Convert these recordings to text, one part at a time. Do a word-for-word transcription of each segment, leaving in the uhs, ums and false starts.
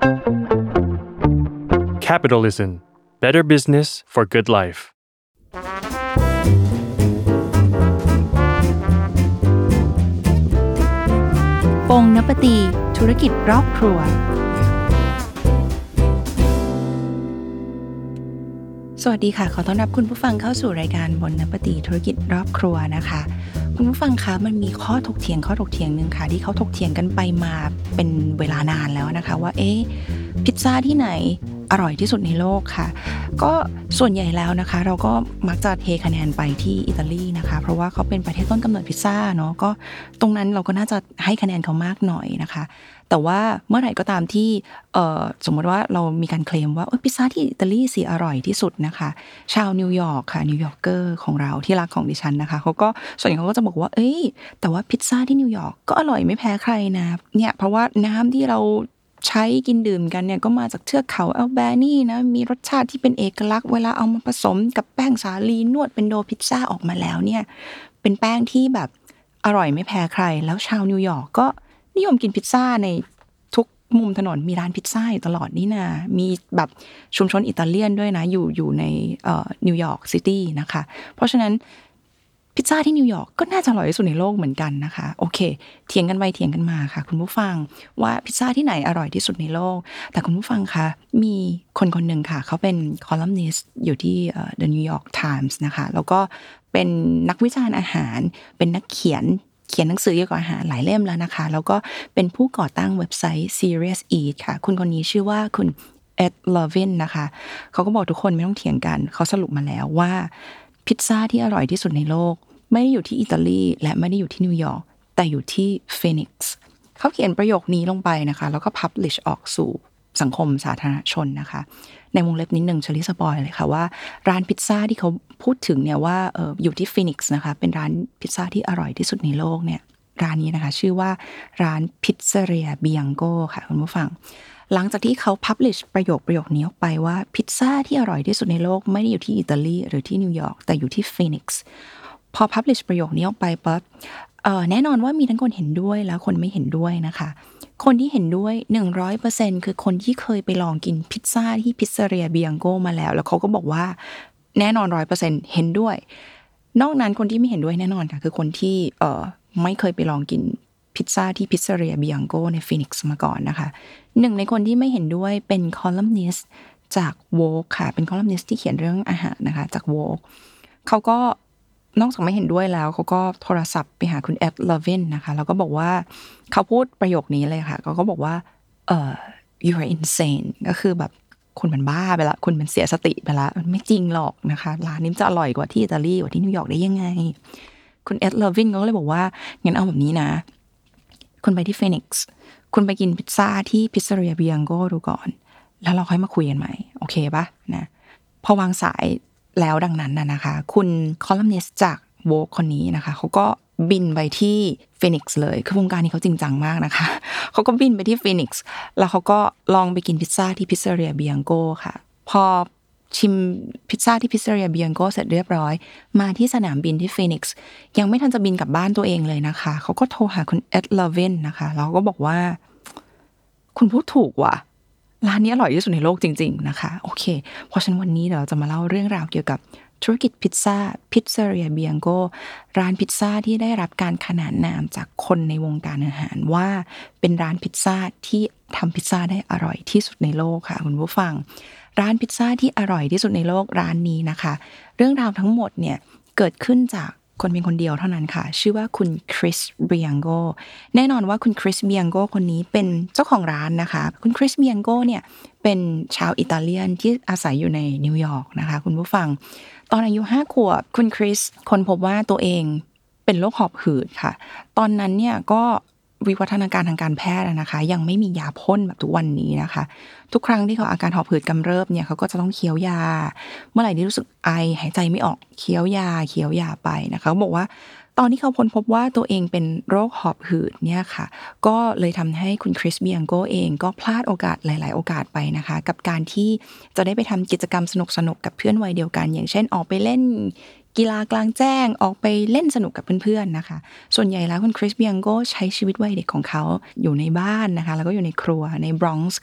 Capitalism. Better business for good life. ปงนปตีธุรกิจรอบครัวสวัสดีค่ะขอต้อนรับคุณผู้ฟังเข้าสู่รายการบนนปตีธุรกิจรอบครัวนะคะคุณผู้ฟังคะมันมีข้อถกเถียงข้อถกเถียงนึงค่ะที่เขาถกเถียงกันไปมาเป็นเวลานานแล้วนะคะว่าเอ๊ะพิซซ่าที่ไหนอร่อยที่สุดในโลกค่ะก็ส่วนใหญ่แล้วนะคะเราก็มักจะเทคะแนนไปที่อิตาลีนะคะเพราะว่าเขาเป็นประเทศต้นกำเนิดพิซซ่าเนาะก็ตรงนั้นเราก็น่าจะให้คะแนนเขามากหน่อยนะคะแต่ว่าเมื่อไหร่ก็ตามที่เอ่อสมมติว่าเรามีการเคลมว่าพิซซ่าที่อิตาลีสิอร่อยที่สุดนะคะชาวนิวยอร์กค่ะนิวยอร์กเกอร์ของเราที่รักของดิฉันนะคะเขาก็ส่วนใหญ่เขาก็จะบอกว่าเอ้ยแต่ว่าพิซซ่าที่นิวยอร์กก็อร่อยไม่แพ้ใครนะเนี่ยเพราะว่าน้ำที่เราใช้กินดื่มกันเนี่ยก็มาจากเทือกเขาอัลแบนีนะมีรสชาติที่เป็นเอกลักษณ์เวลาเอามาผสมกับแป้งสาลีนวดเป็นโดพิซซ่าออกมาแล้วเนี่ยเป็นแป้งที่แบบอร่อยไม่แพ้ใครแล้วชาวนิวยอร์กก็นิยมกินพิซซ่าในทุกมุมถนนมีร้านพิซซ่าตลอดนี่นะมีแบบชุมชนอิตาเลียนด้วยนะอยู่อยู่ในเอ่อนิวยอร์กซิตี้นะคะเพราะฉะนั้นพิซซ่าที่นิวยอร์กก็น่าจะอร่อยที่สุดในโลกเหมือนกันนะคะโอเคเถียงกันไปเถียงกันมาค่ะคุณผู้ฟังว่าพิซซ่าที่ไหนอร่อยที่สุดในโลกแต่คุณผู้ฟังคะมีคนคนหนึ่งค่ะเขาเป็นคอลัมนิสต์อยู่ที่ The New York Times นะคะแล้วก็เป็นนักวิจารณ์อาหารเป็นนักเขียนเขียนหนังสือเกี่ยวกับอาหารหลายเล่มแล้วนะคะแล้วก็เป็นผู้ก่อตั้งเว็บไซต์ Serious Eat ค่ะคุณคนนี้ชื่อว่าคุณเอ็ด เลวินนะคะเขาก็บอกทุกคนไม่ต้องเถียงกันเขาสรุปมาแล้วว่าพิซซ่าที่อร่อยที่สุดในโลกไม่ได้อยู่ที่อิตาลีและไม่ได้อยู่ที่นิวยอร์กแต่อยู่ที่ฟีนิกซ์เขาเขียนประโยคนี้ลงไปนะคะแล้วก็พับลิชออกสู่สังคมสาธารณชนนะคะในวงเล็บนิดนึงเชอรี่สปอยเลยค่ะว่าร้านพิซซ่าที่เขาพูดถึงเนี่ยว่าเอออยู่ที่ฟีนิกซ์นะคะเป็นร้านพิซซ่าที่อร่อยที่สุดในโลกเนี่ยร้านนี้นะคะชื่อว่าร้านพิซซาเรียเบียงโกค่ะคุณผู้ฟังหลังจากที่เขาพับลิชประโยคประโยคนี้ออกไปว่าพิซซ่าที่อร่อยที่สุดในโลกไม่ได้อยู่ที่อิตาลีหรือที่นิวยอร์กแต่อยู่ที่ฟีนิกซ์พอพับลิชประโยคนี้ออกไปปั๊บเอ่อแน่นอนว่ามีทั้งคนเห็นด้วยแล้วคนไม่เห็นด้วยนะคะคนที่เห็นด้วย หนึ่งร้อยเปอร์เซ็นต์ คือคนที่เคยไปลองกินพิซซ่าที่พิซซาเรียเบียงโกมาแล้วแล้วเขาก็บอกว่าแน่นอน หนึ่งร้อยเปอร์เซ็นต์ เห็นด้วยนอกนั้นคนที่ไม่เห็นด้วยแน่นอนค่ะคือคนที่เอ่อไม่เคยไปลองกินพิซซ่าที่พิซซาเรียเบียงโกในฟีนิกซ์มาก่อนนะคะหนึ่งในคนที่ไม่เห็นด้วยเป็นคอลัมนิสต์จาก Vogue ค่ะเป็นคอลัมนิสต์ที่เขียนเรื่องอาหารนะคะจาก Vogue เขาก็นอกจากไม่เห็นด้วยแล้วเขาก็โทรศัพท์ไปหาคุณเอ็ด เลวินนะคะแล้วก็บอกว่าเขาพูดประโยคนี้เลยค่ะเขาก็บอกว่าเอ่อ you are insane ก็คือแบบคุณมันบ้าไปละคุณมันเสียสติไปละมันไม่จริงหรอกนะคะร้านนี้จะอร่อยกว่าที่อิตาลีกว่าที่นิวยอร์กได้ยังไงคุณเอ็ด เลวินก็เลยบอกว่างั้นเอาแบบนี้นะคุณไปที่ฟีนิกซ์คุณไปกินพิซซ่าที่พิซซาเรียเบียงโกดูก่อนแล้วเราค่อยมาคุยกันใหม่โอเคปะนะพอวางสายแล้วดังนั้นน่ะนะคะคุณคอลัมนิสต์จาก Vogue คนนี้นะคะเขาก็บินไปที่ฟีนิกซ์เลยคือวงการนี้เขาจริงจังมากนะคะเขาก็บินไปที่ฟีนิกซ์แล้วเขาก็ลองไปกินพิซซ่าที่พิซซาเรียเบียงโกค่ะพอชิมพิซซ่าที่พิซซาเรียเบียงโกเสร็จเรียบร้อยมาที่สนามบินที่ฟีนิกซ์ยังไม่ทันจะบินกลับบ้านตัวเองเลยนะคะเขาก็โทรหาคุณเอ็ด เลวินนะคะแล้วก็บอกว่าคุณพูดถูกว่ะร้านนี้อร่อยที่สุดในโลกจริงๆนะคะโอเคเพราะฉะนั้นวันนี้เดี๋ยวเราจะมาเล่าเรื่องราวเกี่ยวกับธุรกิจพิซซ่าพิซซาเรียเบียงโกร้านพิซซ่าที่ได้รับการขนานนามจากคนในวงการอาหารว่าเป็นร้านพิซซ่าที่ทำพิซซ่าได้อร่อยที่สุดในโลกค่ะคุณผู้ฟังร้านพิซซ่าที่อร่อยที่สุดในโลกร้านนี้นะคะเรื่องราวทั้งหมดเนี่ยเกิดขึ้นจากคนเพียงคนเดียวเท่านั้นค่ะชื่อว่าคุณคริสเบียงโกแน่นอนว่าคุณคริสเบียงโกคนนี้เป็นเจ้าของร้านนะคะคุณคริสเบียงโกเนี่ยเป็นชาวอิตาเลียนที่อาศัยอยู่ในนิวยอร์กนะคะคุณผู้ฟังตอนอายุห้าขวบคุณคริสค้นพบว่าตัวเองเป็นโรคหอบหืดค่ะตอนนั้นเนี่ยก็วิวัฒนาการทางการแพทย์นะคะยังไม่มียาพ่นแบบทุกวันนี้นะคะทุกครั้งที่เขาอาการหอบหืดกำเริบเนี่ยเขาก็จะต้องเคี้ยวยาเมื่อไหร่ที่รู้สึกไอหายใจไม่ออกเคี้ยวยาเคี้ยวยาไปนะคะเขาบอกว่าตอนที่เขาค้นพบว่าตัวเองเป็นโรคหอบหืดเนี่ยค่ะก็เลยทำให้คุณคริสเบียงโกเองก็พลาดโอกาสหลายๆโอกาสไปนะคะกับการที่จะได้ไปทำกิจกรรมสนุกๆกับเพื่อนวัยเดียวกันอย่างเช่นออกไปเล่นกีฬากลางแจ้งออกไปเล่นสนุกกับเพื่อนๆนะคะส่วนใหญ่แล้วคุณคริสเบียงโกใช้ชีวิตวัยเด็กของเขาอยู่ในบ้านนะคะแล้วก็อยู่ในครัวในบรอนซ์ค่ะ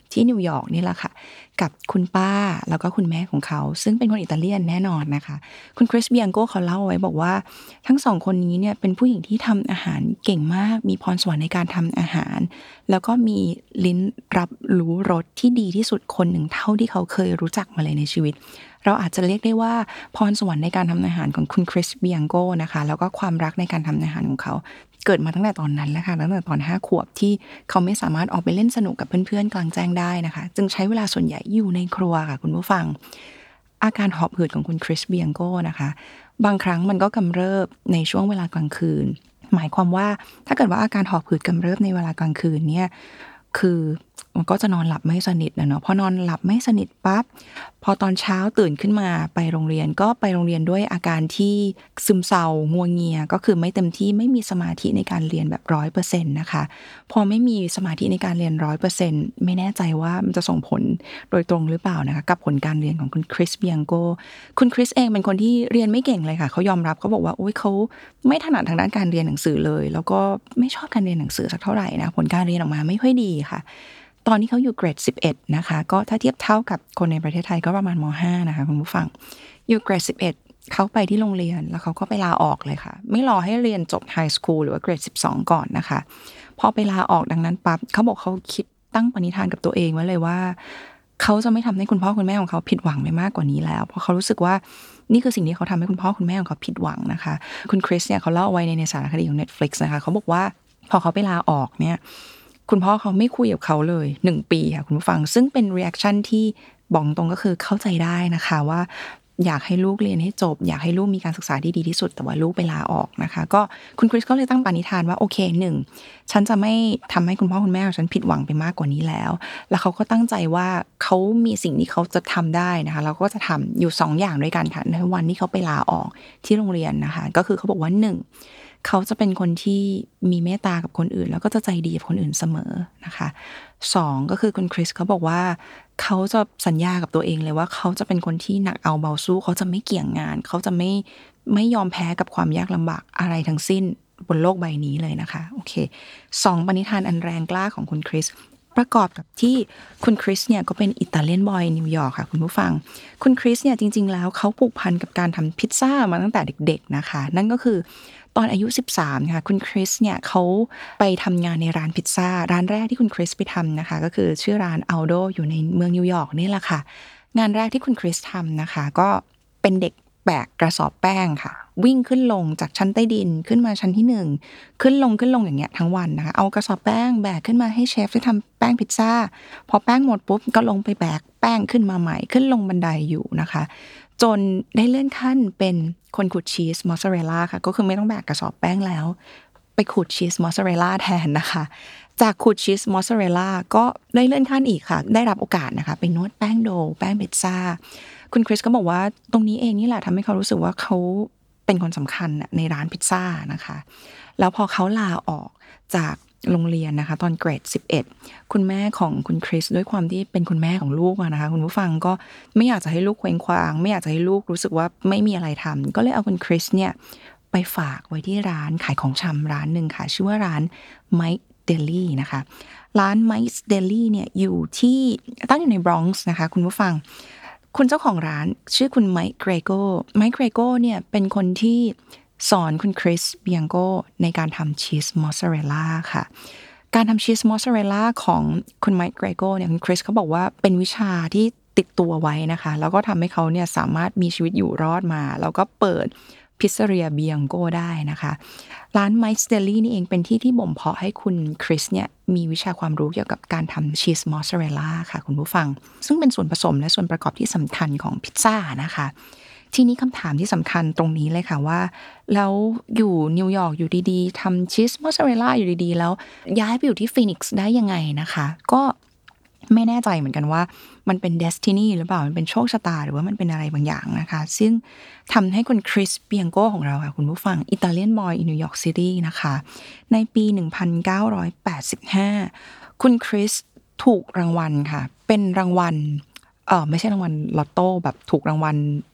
ที่นิวยอร์กนี่แหละค่ะกับคุณป้าแล้วก็คุณแม่ของเขาซึ่งเป็นคนอิตาเลียนแน่นอนนะคะคุณคริสเบียงโกเขาเล่าไว้บอกว่าทั้งสองคนนี้เนี่ยเป็นผู้หญิงที่ทำอาหารเก่งมากมีพรสวรรค์ในการทำอาหารแล้วก็มีลิ้นรับรู้รสที่ดีที่สุดคนหนึ่งเท่าที่เขาเคยรู้จักมาเลยในชีวิตเราอาจจะเรียกได้ว่าพรสวรรค์ในการทำอาหารของคุณคริสเบียงโกนะคะแล้วก็ความรักในการทำอาหารของเขาเกิดมาตั้งแต่ตอนนั้นแล้วค่ะตั้งแต่ตอนห้าขวบที่เขาไม่สามารถออกไปเล่นสนุกกับเพื่อนๆกลางแจ้งได้นะคะจึงใช้เวลาส่วนใหญ่อยู่ในครัวค่ะคุณผู้ฟังอาการหอบหืดของคุณคริสเบียงโกนะคะบางครั้งมันก็กำเริบในช่วงเวลากลางคืนหมายความว่าถ้าเกิดว่าอาการหอบหืดกำเริบในเวลากลางคืนเนี่ยคือมันก็จะนอนหลับไม่สนิทนะเนาะพอนอนหลับไม่สนิทปั๊บพอตอนเช้าตื่นขึ้นมาไปโรงเรียนก็ไปโรงเรียนด้วยอาการที่ซึมเศร้างัวเงียก็คือไม่เต็มที่ไม่มีสมาธิในการเรียนแบบ ร้อยเปอร์เซ็นต์ นะคะพอไม่มีสมาธิในการเรียน ร้อยเปอร์เซ็นต์ ไม่แน่ใจว่ามันจะส่งผลโดยตรงหรือเปล่านะคะกับผลการเรียนของคุณคริสเบียงโกคุณคริสเองเป็นคนที่เรียนไม่เก่งเลยค่ะเขายอมรับเขาบอกว่าโอ๊ยเขาไม่ถนัดทางด้านการเรียนหนังสือเลยแล้วก็ไม่ชอบการเรียนหนังสือสักเท่าไหร่นะผลการเรียนออกมาไม่ค่อยดีค่ะตอนที่เขาอยู่เกรดสิบเอ็ดนะคะก็ถ้าเทียบเท่ากับคนในประเทศไทยก็ประมาณม.ห้า นะคะคุณผู้ฟังอยู่เกรดสิบเอ็ดเขาไปที่โรงเรียนแล้วเขาก็ไปลาออกเลยค่ะไม่รอให้เรียนจบไฮสคูลหรือว่าเกรดสิบสองก่อนนะคะพอไปลาออกดังนั้นปั๊บเขาบอกเขาคิดตั้งปณิธานกับตัวเองไว้เลยว่าเขาจะไม่ทำให้คุณพ่อคุณแม่ของเขาผิดหวังไปมากกว่านี้แล้วเพราะเขารู้สึกว่านี่คือสิ่งที่เขาทำให้คุณพ่อคุณแม่ของเขาผิดหวังนะคะคุณคริสเนี่ยเขาเล่าไว้ในในสารคดีของ Netflix นะคะเขาบอกว่าพอเขาไปลาออกเนี่ยคุณพ่อเขาไม่คุยกับเขาเลยหนึ่งปีค่ะคุณผู้ฟังซึ่งเป็น reaction ที่บอกตรงก็คือเข้าใจได้นะคะว่าอยากให้ลูกเรียนให้จบอยากให้ลูกมีการศึกษาที่ดีที่สุดแต่ว่าลูกไปลาออกนะคะก็คุณคริสก็เลยตั้งปณิธานว่าโอเคหนึ่งฉันจะไม่ทำให้คุณพ่อคุณแม่ของฉันผิดหวังไปมากกว่านี้แล้วแล้วเขาก็ตั้งใจว่าเขามีสิ่งที่เขาจะทำได้นะคะแล้วก็จะทำอยู่สองอย่างด้วยกันค่ะในวันที่เขาไปลาออกที่โรงเรียนนะคะก็คือเขาบอกว่าหนึ่งเขาจะเป็นคนที่มีเมตตากับคนอื่นแล้วก็จะใจดีกับคนอื่นเสมอนะคะสองก็คือคุณคริสเขาบอกว่าเขาจะสัญญากับตัวเองเลยว่าเขาจะเป็นคนที่หนักเอาเบาสู้เขาจะไม่เกี่ยงงานเขาจะไม่ไม่ยอมแพ้กับความยากลำบากอะไรทั้งสิ้นบนโลกใบนี้เลยนะคะโอเคสองปณิธานอันแรงกล้าของคุณคริสประกอบกับที่คุณคริสเนี่ยก็เป็นอิตาเลียนบอยนิวยอร์กค่ะคุณผู้ฟังคุณคริสเนี่ยจริงๆแล้วเขาผูกพันกับการทำพิซซ่ามาตั้งแต่เด็กๆนะคะนั่นก็คือตอนอายุสิบสามค่ะคุณคริสเนี่ยเขาไปทำงานในร้านพิซซ่าร้านแรกที่คุณคริสไปทำนะคะก็คือชื่อร้าน Aldo อยู่ในเมืองนิวยอร์กนี่แหละค่ะงานแรกที่คุณคริสทำนะคะก็เป็นเด็กแบกกระสอบแป้งค่ะวิ่งขึ้นลงจากชั้นใต้ดินขึ้นมาชั้นที่หนึ่งขึ้นลงขึ้นลงอย่างเงี้ยทั้งวันนะคะเอากระสอบแป้งแบกขึ้นมาให้เชฟที่ทำแป้งพิซซ่าพอแป้งหมดปุ๊บก็ลงไปแบกแป้งขึ้นมาใหม่ขึ้นลงบันไดอยู่นะคะจนได้เลื่อนขั้นเป็นคนขูดชีสมอสซาเรลล่าค่ะก็คือไม่ต้องแบกกระสอบแป้งแล้วไปขูดชีสมอสซาเรลล่าแทนนะคะจากขูดชีสมอสซาเรลล่าก็ได้เลื่อนขั้นอีกค่ะได้รับโอกาสนะคะไปนวดแป้งโดแป้งพิซซ่าคุณคริสก็บอกว่าตรงนี้เองนี่แหละทำให้เขารู้สึกว่าเขาเป็นคนสำคัญในร้านพิซซ่านะคะแล้วพอเขาลาออกจากโรงเรียนนะคะตอนเกรดสิบเอ็ดคุณแม่ของคุณคริสด้วยความที่เป็นคุณแม่ของลูกนะคะคุณผู้ฟังก็ไม่อยากจะให้ลูกเคว้งคว้างไม่อยากจะให้ลูกรู้สึกว่าไม่มีอะไรทำก็เลยเอาคุณคริสเนี่ยไปฝากไว้ที่ร้านขายของชำร้านหนึ่งค่ะชื่อว่าร้าน Mike Deli นะคะร้าน Mike Deli เนี่ยอยู่ที่ตั้งอยู่ในบรอนซ์นะคะคุณผู้ฟังคุณเจ้าของร้านชื่อคุณไมค์เกรโกไมค์เกรโกเนี่ยเป็นคนที่สอนคุณคริสเบียงโกในการทำชีสมอสซาเรลล่าค่ะการทำชีสมอสซาเรลล่าของคุณไมค์เกรโกเนี่ยคุณคริสเขาบอกว่าเป็นวิชาที่ติดตัวไว้นะคะแล้วก็ทำให้เขาเนี่ยสามารถมีชีวิตอยู่รอดมาแล้วก็เปิดพิซซ่าเรียเบียงโกได้นะคะร้าน Mike's Deli นี่เองเป็นที่ที่บ่มเพาะให้คุณคริสเนี่ยมีวิชาความรู้เกี่ยวกับการทำชีสมอสซาเรลล่าค่ะคุณผู้ฟังซึ่งเป็นส่วนผสมและส่วนประกอบที่สำคัญของพิซซ่านะคะทีนี้คำถามที่สำคัญตรงนี้เลยค่ะว่าแล้วอยู่นิวยอร์กอยู่ดีๆทำชีสมอสซาเรลล่าอยู่ดีๆแล้วย้ายไปอยู่ที่ฟีนิกซ์ได้ยังไงนะคะก็ไม่แน่ใจเหมือนกันว่ามันเป็นเดสตินีหรือเปล่ามันเป็นโชคชะตาหรือว่ามันเป็นอะไรบางอย่างนะคะซึ่งทำให้คุณคริสเบียงโกของเราค่ะคุณผู้ฟังอิตาเลียนบอยอินนิวยอร์กซิตี้นะคะในปีหนึ่งพันเก้าร้อยแปดสิบห้าคุณคริสถูกรางวัลค่ะเป็นรางวัลเออไม่ใช่รางวัลลอตโต้แบบถูกรางวัลไป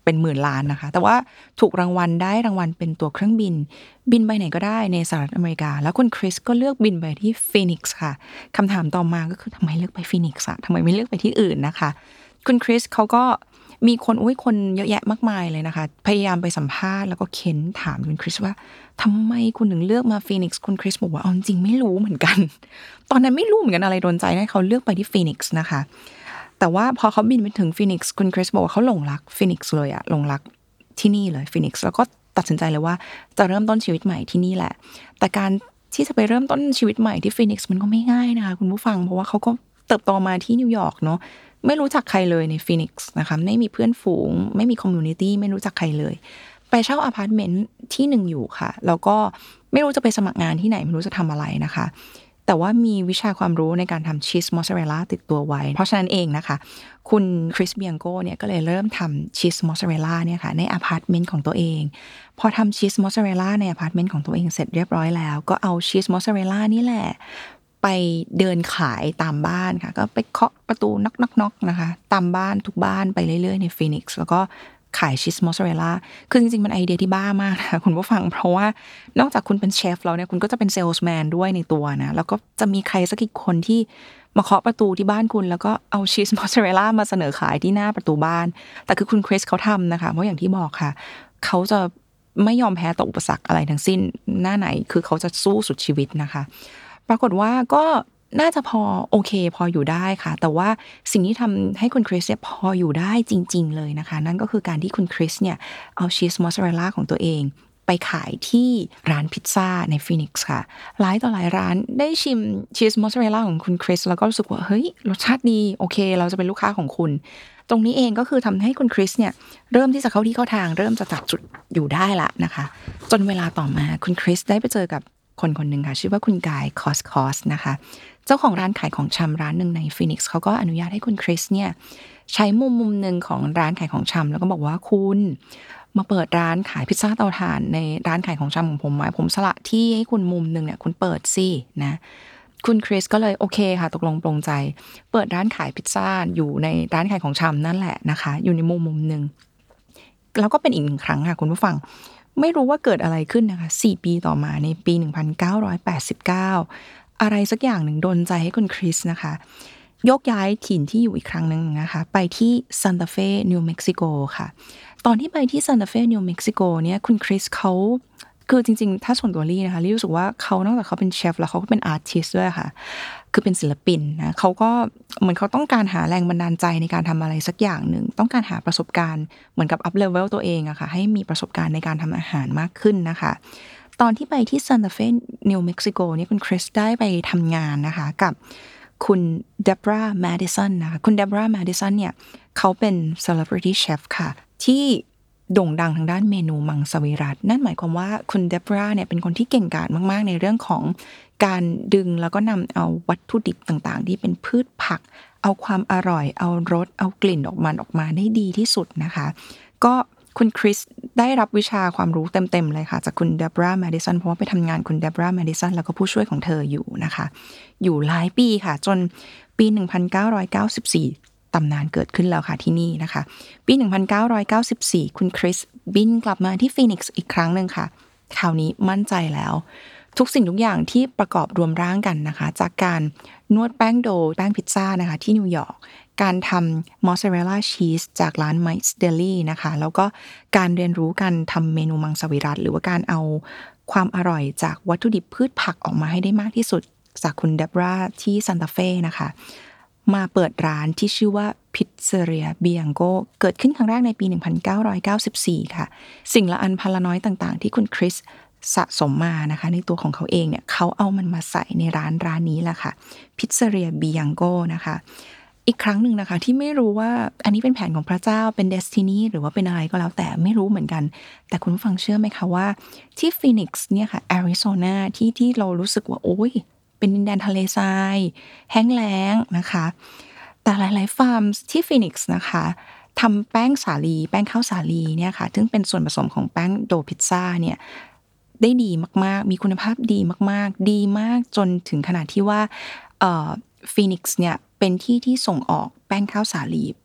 เป็นหมื่นล้านนะคะแต่ว่าถูกรางวัลได้รางวัลเป็นตัวเครื่องบินบินไปไหนก็ได้ในสหรัฐอเมริกาแล้วคุณคริสก็เลือกบินไปที่ฟีนิกซ์ค่ะคำถามต่อมาก็คือทำไมเลือกไปฟีนิกซ์อะทำไมไม่เลือกไปที่อื่นนะคะคุณคริสเขาก็มีคนอุ้ยคนเยอะแยะมากมายเลยนะคะพยายามไปสัมภาษณ์แล้วก็เค้นถามคุณคริสว่าทำไมคุณถึงเลือกมาฟีนิกซ์คุณคริสบอกว่าเอาจริงไม่รู้เหมือนกันตอนนั้นไม่รู้เหมือนกันอะไรโดนใจให้เขาเลือกไปที่ฟีนิกซ์นะคะแต่ว่าพอเขาบินไปถึงฟีนิกซ์คุณคริสบอกว่าเขาหลงรักฟีนิกซ์เลยอะหลงรักที่นี่เลยฟีนิกซ์แล้วก็ตัดสินใจเลยว่าจะเริ่มต้นชีวิตใหม่ที่นี่แหละแต่การที่จะไปเริ่มต้นชีวิตใหม่ที่ฟีนิกซ์มันก็ไม่ง่ายนะคะคุณผู้ฟังเพราะว่าเขาก็เติบโตมาที่นิวยอร์กเนาะไม่รู้จักใครเลยในฟีนิกซ์นะคะไม่มีเพื่อนฝูงไม่มีคอมมูนิตี้ไม่รู้จักใครเลยไปเช่าอพาร์ตเมนต์ที่หนึ่งอยู่ค่ะแล้วก็ไม่รู้จะไปสมัครงานที่ไหนไม่รู้จะทำอะไรนะคะแต่ว่ามีวิชาความรู้ในการทำชีสมอสซาเรลล่าติดตัวไว้เพราะฉะนั้นเองนะคะคุณคริสเบียงโกเนี่ยก็เลยเริ่มทำชีสมอสซาเรลล่าเนี่ยค่ะในอพาร์ตเมนต์ของตัวเองพอทำชีสมอสซาเรลล่าในอพาร์ตเมนต์ของตัวเองเสร็จเรียบร้อยแล้วก็เอาชีสมอสซาเรลล่านี่แหละไปเดินขายตามบ้านค่ะก็ไปเคาะประตูน็อกๆๆนะคะตามบ้านทุกบ้านไปเรื่อยๆในฟีนิกซ์แล้วก็ขายชีสมอสซาเรลล่าคือจริงๆมันไอเดียที่บ้ามากนะคะคุณผู้ฟังเพราะว่านอกจากคุณเป็นเชฟแล้วเนี่ยคุณก็จะเป็นเซลส์แมนด้วยในตัวนะแล้วก็จะมีใครสักกี่คนที่มาเคาะประตูที่บ้านคุณแล้วก็เอาชีสมอสซาเรลล่ามาเสนอขายที่หน้าประตูบ้านแต่คือคุณคริสเขาทำนะคะเพราะอย่างที่บอกค่ะเขาจะไม่ยอมแพ้ต่ออุปสรรคอะไรทั้งสิ้นหน้าไหนคือเขาจะสู้สุดชีวิตนะคะปรากฏว่าก็น่าจะพอโอเคพออยู่ได้ค่ะแต่ว่าสิ่งที่ทำให้คุณคริสเนี่ยพออยู่ได้จริงๆเลยนะคะนั่นก็คือการที่คุณคริสเนี่ยเอาชีสมอสซาเรลล่าของตัวเองไปขายที่ร้านพิซซ่าในฟีนิกซ์ค่ะหลายต่อหลายร้านได้ชิมชีสมอสซาเรลล่าของคุณคริสแล้วก็รู้สึกว่าเฮ้ยรสชาติดีโอเคเราจะเป็นลูกค้าของคุณตรงนี้เองก็คือทำให้คุณคริสเนี่ยเริ่มที่จะเข้าที่เข้าทางเริ่มจะจับจุดอยู่ได้ละนะคะจนเวลาต่อมาคุณคริสได้ไปเจอกับคนคนหนึ่งค่ะชื่อว่าคุณกายคอสคอสนะคะเจ้าของร้านขายของชำร้านหนึ่งในฟีนิกซ์เขาก็อนุญาตให้คุณคริสเนี่ยใช้มุมมุมหนึ่งของร้านขายของชำแล้วก็บอกว่าคุณมาเปิดร้านขายพิซซ่าเตาถ่านในร้านขายของชำของผมไหมผมสละที่ให้คุณมุมหนึ่งเนี่ยคุณเปิดสินะคุณคริสก็เลยโอเคค่ะตกลงปลงใจเปิดร้านขายพิซซ่าอยู่ในร้านขายของชำนั่นแหละนะคะอยู่ในมุมมุมหนึ่งแล้วก็เป็นอีกหนึ่งครั้งค่ะคุณผู้ฟังไม่รู้ว่าเกิดอะไรขึ้นนะคะสี่ปีต่อมาในปีหนึ่งพันเก้าร้อยแปดสิบเก้าอะไรสักอย่างหนึ่งดลใจให้คุณคริสนะคะยกย้ายถิ่นที่อยู่อีกครั้งหนึ่งนะคะไปที่ซานตาเฟ่นิวเม็กซิโกค่ะตอนที่ไปที่ซานตาเฟ่นิวเม็กซิโกเนี่ยคุณคริสเขาคือจริงๆถ้าส่วนตัวลี่นะคะลี่รู้สึกว่าเขานอกจากเขาเป็นเชฟแล้วเขาก็เป็นอาร์ติสต์ด้วยค่ะคือเป็นศิลปินนะเขาก็เหมือนเขาต้องการหาแรงบันดาลใจในการทำอะไรสักอย่างหนึ่งต้องการหาประสบการณ์เหมือนกับอัพเลเวลตัวเองอะค่ะให้มีประสบการณ์ในการทำอาหารมากขึ้นนะคะตอนที่ไปที่ซานตาเฟ่นิวเม็กซิโกนี่คุณคริสได้ไปทำงานนะคะกับคุณเดบราแมดิสันนะคะคุณเดบราแมดิสันเนี่ยเขาเป็น celebrity chef ค่ะที่โด่งดังทางด้านเมนูมังสวิรัตินั่นหมายความว่าคุณเดบราเนี่ยเป็นคนที่เก่งกาจมากๆในเรื่องของการดึงแล้วก็นำเอาวัตถุดิบต่างๆที่เป็นพืชผักเอาความอร่อยเอารสเอากลิ่นออกมันออกมาได้ดีที่สุดนะคะก็คุณคริสได้รับวิชาความรู้เต็มๆเลยค่ะจากคุณเดบราแมดิสันเพราะว่าไปทำงานคุณเดบราแมดิสันแล้วก็ผู้ช่วยของเธออยู่นะคะอยู่หลายปีค่ะจนปีหนึ่งพันเก้าร้อยเก้าสิบสี่ตำนานเกิดขึ้นแล้วค่ะที่นี่นะคะปีหนึ่งพันเก้าร้อยเก้าสิบสี่คุณคริสบินกลับมาที่ฟีนิกซ์อีกครั้งนึงค่ะคราวนี้มั่นใจแล้วทุกสิ่งทุกอย่างที่ประกอบรวมร่างกันนะคะจากการนวดแป้งโดแป้งพิซซ่านะคะที่นิวยอร์กการทำมอสซาเรลล่าชีสจากร้าน Mike's Deli นะคะแล้วก็การเรียนรู้การทำเมนูมังสวิรัติหรือว่าการเอาความอร่อยจากวัตถุดิบพืชผักออกมาให้ได้มากที่สุดจากคุณเดบราที่ซานตาเฟ่นะคะมาเปิดร้านที่ชื่อว่าพิซเซเรียเบียงโกเกิดขึ้นครั้งแรกในปีหนึ่งพันเก้าร้อยเก้าสิบสี่ค่ะสิ่งละอันพันละน้อยต่างๆที่คุณคริสสะสมมานะคะในตัวของเขาเองเนี่ยเขาเอามันมาใส่ในร้านร้านนี้แหละค่ะพิซเซเรียเบียงโกนะคะอีกครั้งหนึ่งนะคะที่ไม่รู้ว่าอันนี้เป็นแผนของพระเจ้าเป็นเดสตินีหรือว่าเป็นอะไรก็แล้วแต่ไม่รู้เหมือนกันแต่คุณผู้ฟังเชื่อไหมคะว่าที่ฟีนิกซ์เนี่ยค่ะแอริโซนาที่ที่เรารู้สึกว่าโอ้ยเป็นดินแดนทะเลทรายแห้งแล้งนะคะแต่หลายๆฟาร์มที่ฟีนิกซ์นะคะทำแป้งสาลีแป้งข้าวสาลีเนี่ยค่ะซึ่งเป็นส่วนผสมของแป้งโดพิซซ่าเนี่ยได้ดีมากๆมีคุณภาพดีมากๆดีมากจนถึงขนาดที่ว่าเอ่อฟีนิกซ์เนี่ยเป็นที่ที่ส่งออกแป้งข้าวสาลี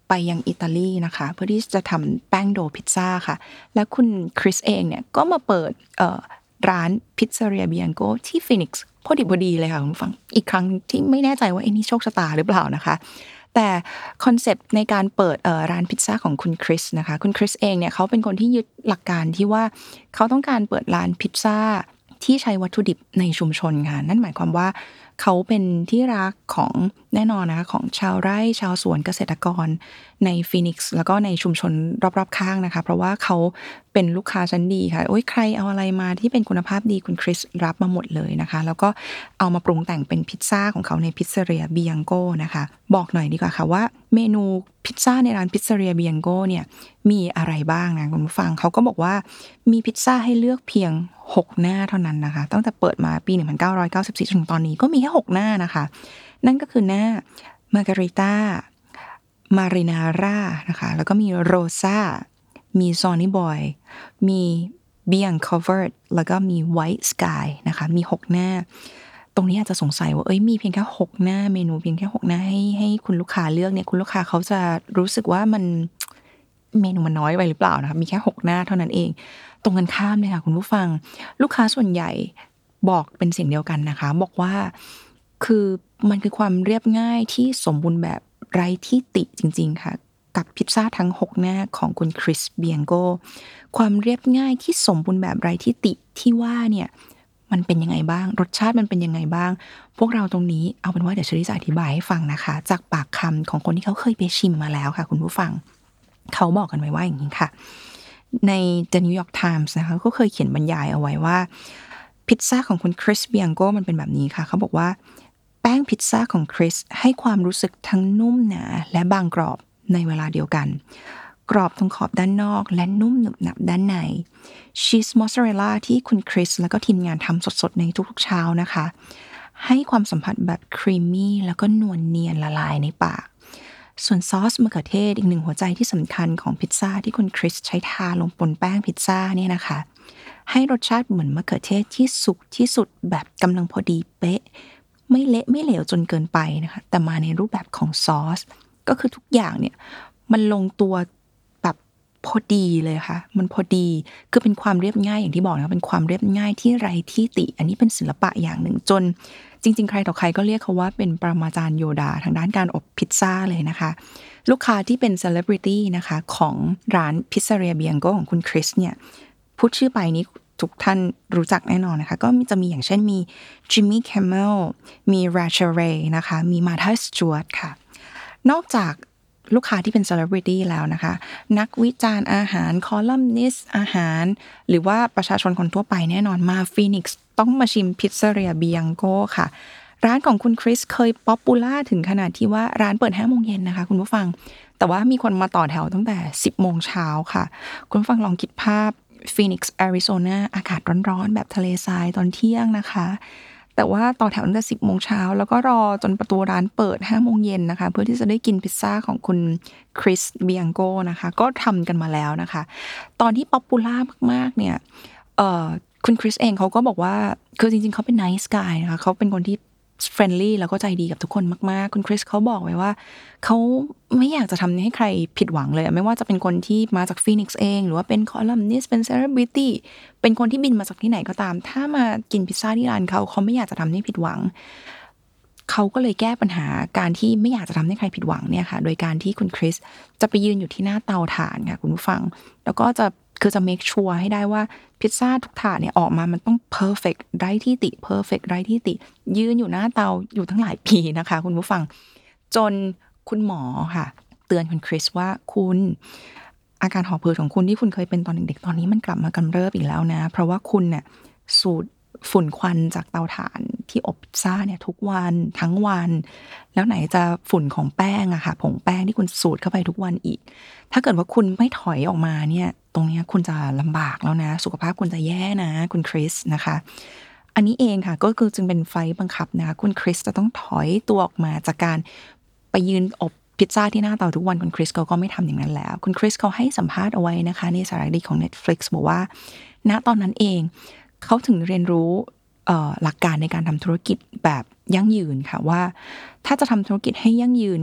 ไปยังอิตาลีนะคะเพื่อที่จะทำแป้งโดพิซซ่าค่ะและคุณคริสเองเนี่ยก็มาเปิดเอ่อร้านพิซซ e เรียเบียงโกที่ฟีนิกซ์พอดีพอดีเลยค่ะคุณผู้ฟังอีกครั้งที่ไม่แน่ใจว่าไอ้นี่โชคชะตาหรือเปล่านะคะแต่คอนเซปต์ในการเปิดเอ่อร้านพิซซ่าของคุณคริสนะคะคุณคริสเองเนี่ยเขาเป็นคนที่ยึดหลักการที่ว่าเขาต้องการเปิดร้านพิซซ่าที่ใช้วัตถุดิบในชุมชนค่ะนั่นหมายความว่าเขาเป็นที่รักของแน่นอนนะคะของชาวไร่ชาวสวนเกษตรกรในฟีนิกซ์แล้วก็ในชุมชนรอบๆข้างนะคะเพราะว่าเขาเป็นลูกค้าชั้นดีค่ะโอ้ยใครเอาอะไรมาที่เป็นคุณภาพดีคุณคริสรับมาหมดเลยนะคะแล้วก็เอามาปรุงแต่งเป็นพิซซ่าของเขาในพิซซ e เรียเบียงโกนะคะบอกหน่อยดีกว่าค่ะว่าเมนูพิซซ่าในร้านพิซซ e เรียเบียงโกเนี่ยมีอะไรบ้างนะคุณผู้ฟังเขาก็บอกว่ามีพิซซ่าให้เลือกเพียงหกหน้าเท่านั้นนะคะตั้งแต่เปิดมาปีหนึ่งพันเก้าร้อยเก้าสิบสี่จนถึงตอนนี้ก็มีแค่หกหน้านะคะนั่นก็คือหน้ามาการิต้ามารินาร่านะคะแล้วก็มีโรซามีซอนนี่บอยมีเบียงคอเวอร์ดแล้วก็มีไวท์สกายนะคะมีหกหน้าตรงนี้อาจจะสงสัยว่าเอ้ยมีเพียงแค่หกหน้าเมนูเพียงแค่หกหน้าให้ให้คุณลูกค้าเลือกเนี่ยคุณลูกค้าเขาจะรู้สึกว่ามันเมนูมันน้อยไปหรือเปล่านะคะมีแค่หกหน้าเท่านั้นเองตรงกันข้ามเลยค่ะคุณผู้ฟังลูกค้าส่วนใหญ่บอกเป็นเสียงเดียวกันนะคะบอกว่าคือมันคือความเรียบง่ายที่สมบูรณ์แบบไร้ที่ติจริงๆค่ะกับพิซซ่าทั้งหกหน้าของคุณคริสเบียงโกความเรียบง่ายที่สมบูรณ์แบบไร้ที่ติที่ว่าเนี่ยมันเป็นยังไงบ้างรสชาติมันเป็นยังไงบ้างพวกเราตรงนี้เอาเป็นว่าเดี๋ยวเชอรี่จะอธิบายให้ฟังนะคะจากปากคำของคนที่เขาเคยไปชิมมาแล้วค่ะคุณผู้ฟังเขาบอกกันไว้ว่าอย่างนี้ค่ะใน The New York Times นะคะก็เคยเขียนบรรยายเอาไว้ว่าพิซซ่าของคุณคริสเบียงโกมันเป็นแบบนี้ค่ะเขาบอกว่าแป้งพิซซ่าของคริสให้ความรู้สึกทั้งนุ่มหนาและบางกรอบในเวลาเดียวกันกรอบตรงขอบด้านนอกและนุ่มหนึบหนับด้านในชีสมอสซาเรลล่าที่คุณคริสแล้วก็ทีมงานทำสดๆในทุกๆเช้านะคะให้ความสัมผัสแบบครีมมี่แล้วก็นวลเนียนละลายในปากส่วนซอสมะเขือเทศอีกหนึ่งหัวใจที่สำคัญของพิซซ่าที่คุณคริสใช้ทาลงบนแป้งพิซซ่าเนี่ยนะคะให้รสชาติเหมือนมะเขือเทศที่สุกที่สุดแบบกำลังพอดีเป๊ะไม่เละไม่เหลวจนเกินไปนะคะแต่มาในรูปแบบของซอสก็คือทุกอย่างเนี่ยมันลงตัวแบบพอดีเลยค่ะมันพอดีคือเป็นความเรียบง่ายอย่างที่บอกนะเป็นความเรียบง่ายที่ไร้ที่ติอันนี้เป็นศิลปะอย่างหนึ่งจนจริงๆใครต่อใครก็เรียกเขาว่าเป็นปรมาจารย์โยดาทางด้านการอบพิซซ่าเลยนะคะลูกค้าที่เป็นเซเลบริตี้นะคะของร้านพิซซ e เรียเบียงโกของคุณคริสเนี่ยพูดชื่อไปนี้ทุกท่านรู้จักแน่นอนนะคะก็จะมีอย่างเช่นมีจิมมี่แคมเมลมีราเชลเรย์นะคะมีมาธาสจ๊วตค่ะนอกจากลูกค้าที่เป็นเซเลบริตี้แล้วนะคะนักวิจารณ์อาหารคอลัมนิสต์อาหารหรือว่าประชาชนคนทั่วไปแน่นอนมาฟีนิกซ์ต้องมาชิมพิซซ e เรียเบียงโกค่ะร้านของคุณคริสเคยป๊อปปูล่าถึงขนาดที่ว่าร้านเปิดห้าโมงเย็นนะคะคุณผู้ฟังแต่ว่ามีคนมาต่อแถวตั้งแต่สิบโมงเช้าค่ะคุณผู้ฟังลองคิดภาพฟีนิกซ์แอริโซนาอากาศร้อนๆแบบทะเลทรายตอนเที่ยงนะคะแต่ว่าต่อแถวตั้งแต่สิบโมงเช้าแล้วก็รอจนประตูร้านเปิดห้าโมงเย็นนะคะเพื่อที่จะได้กินพิซซ่าของคุณคริสเบียงโกนะคะก็ทำกันมาแล้วนะคะตอนที่ป๊อปปูล่ามากๆเนี่ยเอ่อคุณคริสเองเขาก็บอกว่าคือจริงๆเขาเป็น nice guy นะคะเขาเป็นคนที่เฟรนลี่แล้วก็ใจดีกับทุกคนมากๆคุณคริสเขาบอกไว้ว่าเขาไม่อยากจะทำให้ใครผิดหวังเลยไม่ว่าจะเป็นคนที่มาจากฟีนิกซ์เองหรือว่าเป็นคอลัมนิสต์เป็นเซเลบริตี้เป็นคนที่บินมาจากที่ไหนก็ตามถ้ามากินพิซซ่าที่ร้านเขาเขาไม่อยากจะทำให้ผิดหวังเขาก็เลยแก้ปัญหาการที่ไม่อยากจะทำให้ใครผิดหวังเนี่ยค่ะโดยการที่คุณคริสจะไปยืนอยู่ที่หน้าเตาถ่านค่ะคุณผู้ฟังแล้วก็จะคือจะ make sure ให้ได้ว่าพิซซ่าทุกถาดเนี่ยออกมามันต้อง perfect ไร้ที่ติ perfect ไร้ที่ติยืนอยู่หน้าเตาอยู่ทั้งหลายปีนะคะคุณผู้ฟังจนคุณหมอค่ะเตือนคุณคริสว่าคุณอาการหอบหืดของคุณที่คุณเคยเป็นตอนเด็กๆตอนนี้มันกลับมากำเริบอีกแล้วนะเพราะว่าคุณเนี่ยสูดฝุ่นควันจากเตาถ่านที่อบพิซซ่าเนี่ยทุกวันทั้งวันแล้วไหนจะฝุ่นของแป้งอะค่ะผงแป้งที่คุณสูดเข้าไปทุกวันอีกถ้าเกิดว่าคุณไม่ถอยออกมาเนี่ยตรงนี้คุณจะลำบากแล้วนะสุขภาพคุณจะแย่นะคุณคริสนะคะอันนี้เองค่ะก็คือจึงเป็นไฟบังคับนะคะคุณคริสจะต้องถอยตัวออกมาจากการไปยืนอบพิซซ่าที่หน้าเตาทุกวันคุณคริสเขาก็ไม่ทำอย่างนั้นแล้วคุณคริสเขาให้สัมภาษณ์เอาไว้นะคะในสารคดีของ Netflix บอกว่าณตอนนั้นเองเขาถึงเรียนรู้หลักการในการทำธุรกิจแบบยั่งยืนค่ะว่าถ้าจะทำธุรกิจให้ยั่งยืนเนี่ย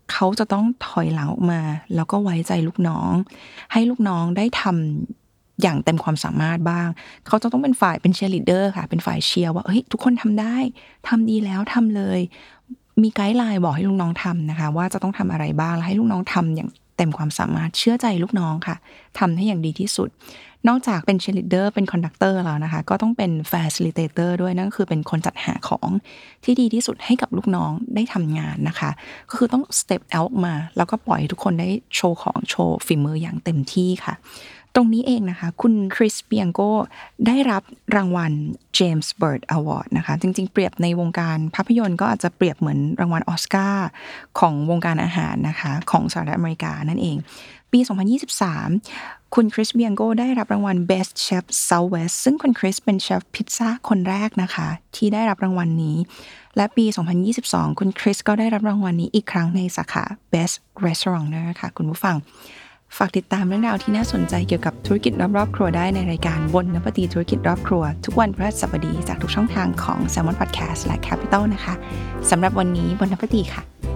เขาจะต้องถอยหลังออกมาแล้วก็ไว้ใจลูกน้องให้ลูกน้องได้ทำอย่างเต็มความสามารถบ้างเขาจะต้องเป็นฝ่ายเป็นเชียร์ลีดเดอร์ค่ะเป็นฝ่ายเชียร์ว่าเฮ้ยทุกคนทำได้ทำดีแล้วทำเลยมีไกด์ไลน์บอกให้ลูกน้องทำนะคะว่าจะต้องทำอะไรบ้างแล้วให้ลูกน้องทำอย่างเต็มความสามารถเชื่อใจลูกน้องค่ะทำให้อย่างดีที่สุดนอกจากเป็นเชียร์ลีดเดอร์เป็นคอนดักเตอร์แล้วนะคะก็ต้องเป็นแฟซิลิเตเตอร์ด้วยนั่นก็คือเป็นคนจัดหาของที่ดีที่สุดให้กับลูกน้องได้ทำงานนะคะก็คือต้องสเต็ปเอาท์มาแล้วก็ปล่อยให้ทุกคนได้โชว์ของโชว์ฝีมืออย่างเต็มที่ค่ะตรงนี้เองนะคะคุณคริสเปียงโกได้รับรางวัล James Byrd Award นะคะจริงๆเปรียบในวงการภาพยนตร์ก็อาจจะเปรียบเหมือนรางวัลออสการ์ของวงการอาหารนะคะของสหรัฐอเมริกานั่นเองปีสองพันยี่สิบสามคุณคริสเบียงโกได้รับรางวัล Best Chef Southwest ซึ่งคุณคริสเป็นเชฟพิซซ่าคนแรกนะคะที่ได้รับรางวัลนี้และปีสองพันยี่สิบสองคุณคริสก็ได้รับรางวัลนี้อีกครั้งในสาขา Best Restaurant นะคะคุณผู้ฟังฝากติดตามเรื่องราวที่น่าสนใจเกี่ยวกับธุรกิจรอบๆครัวได้ในรายการบนนปตีธุรกิจรอบครัวทุกวันพฤหัสบดีจากทุกช่องทางของ Salmon Podcast และ Capital นะคะสำหรับวันนี้บนนปตีค่ะ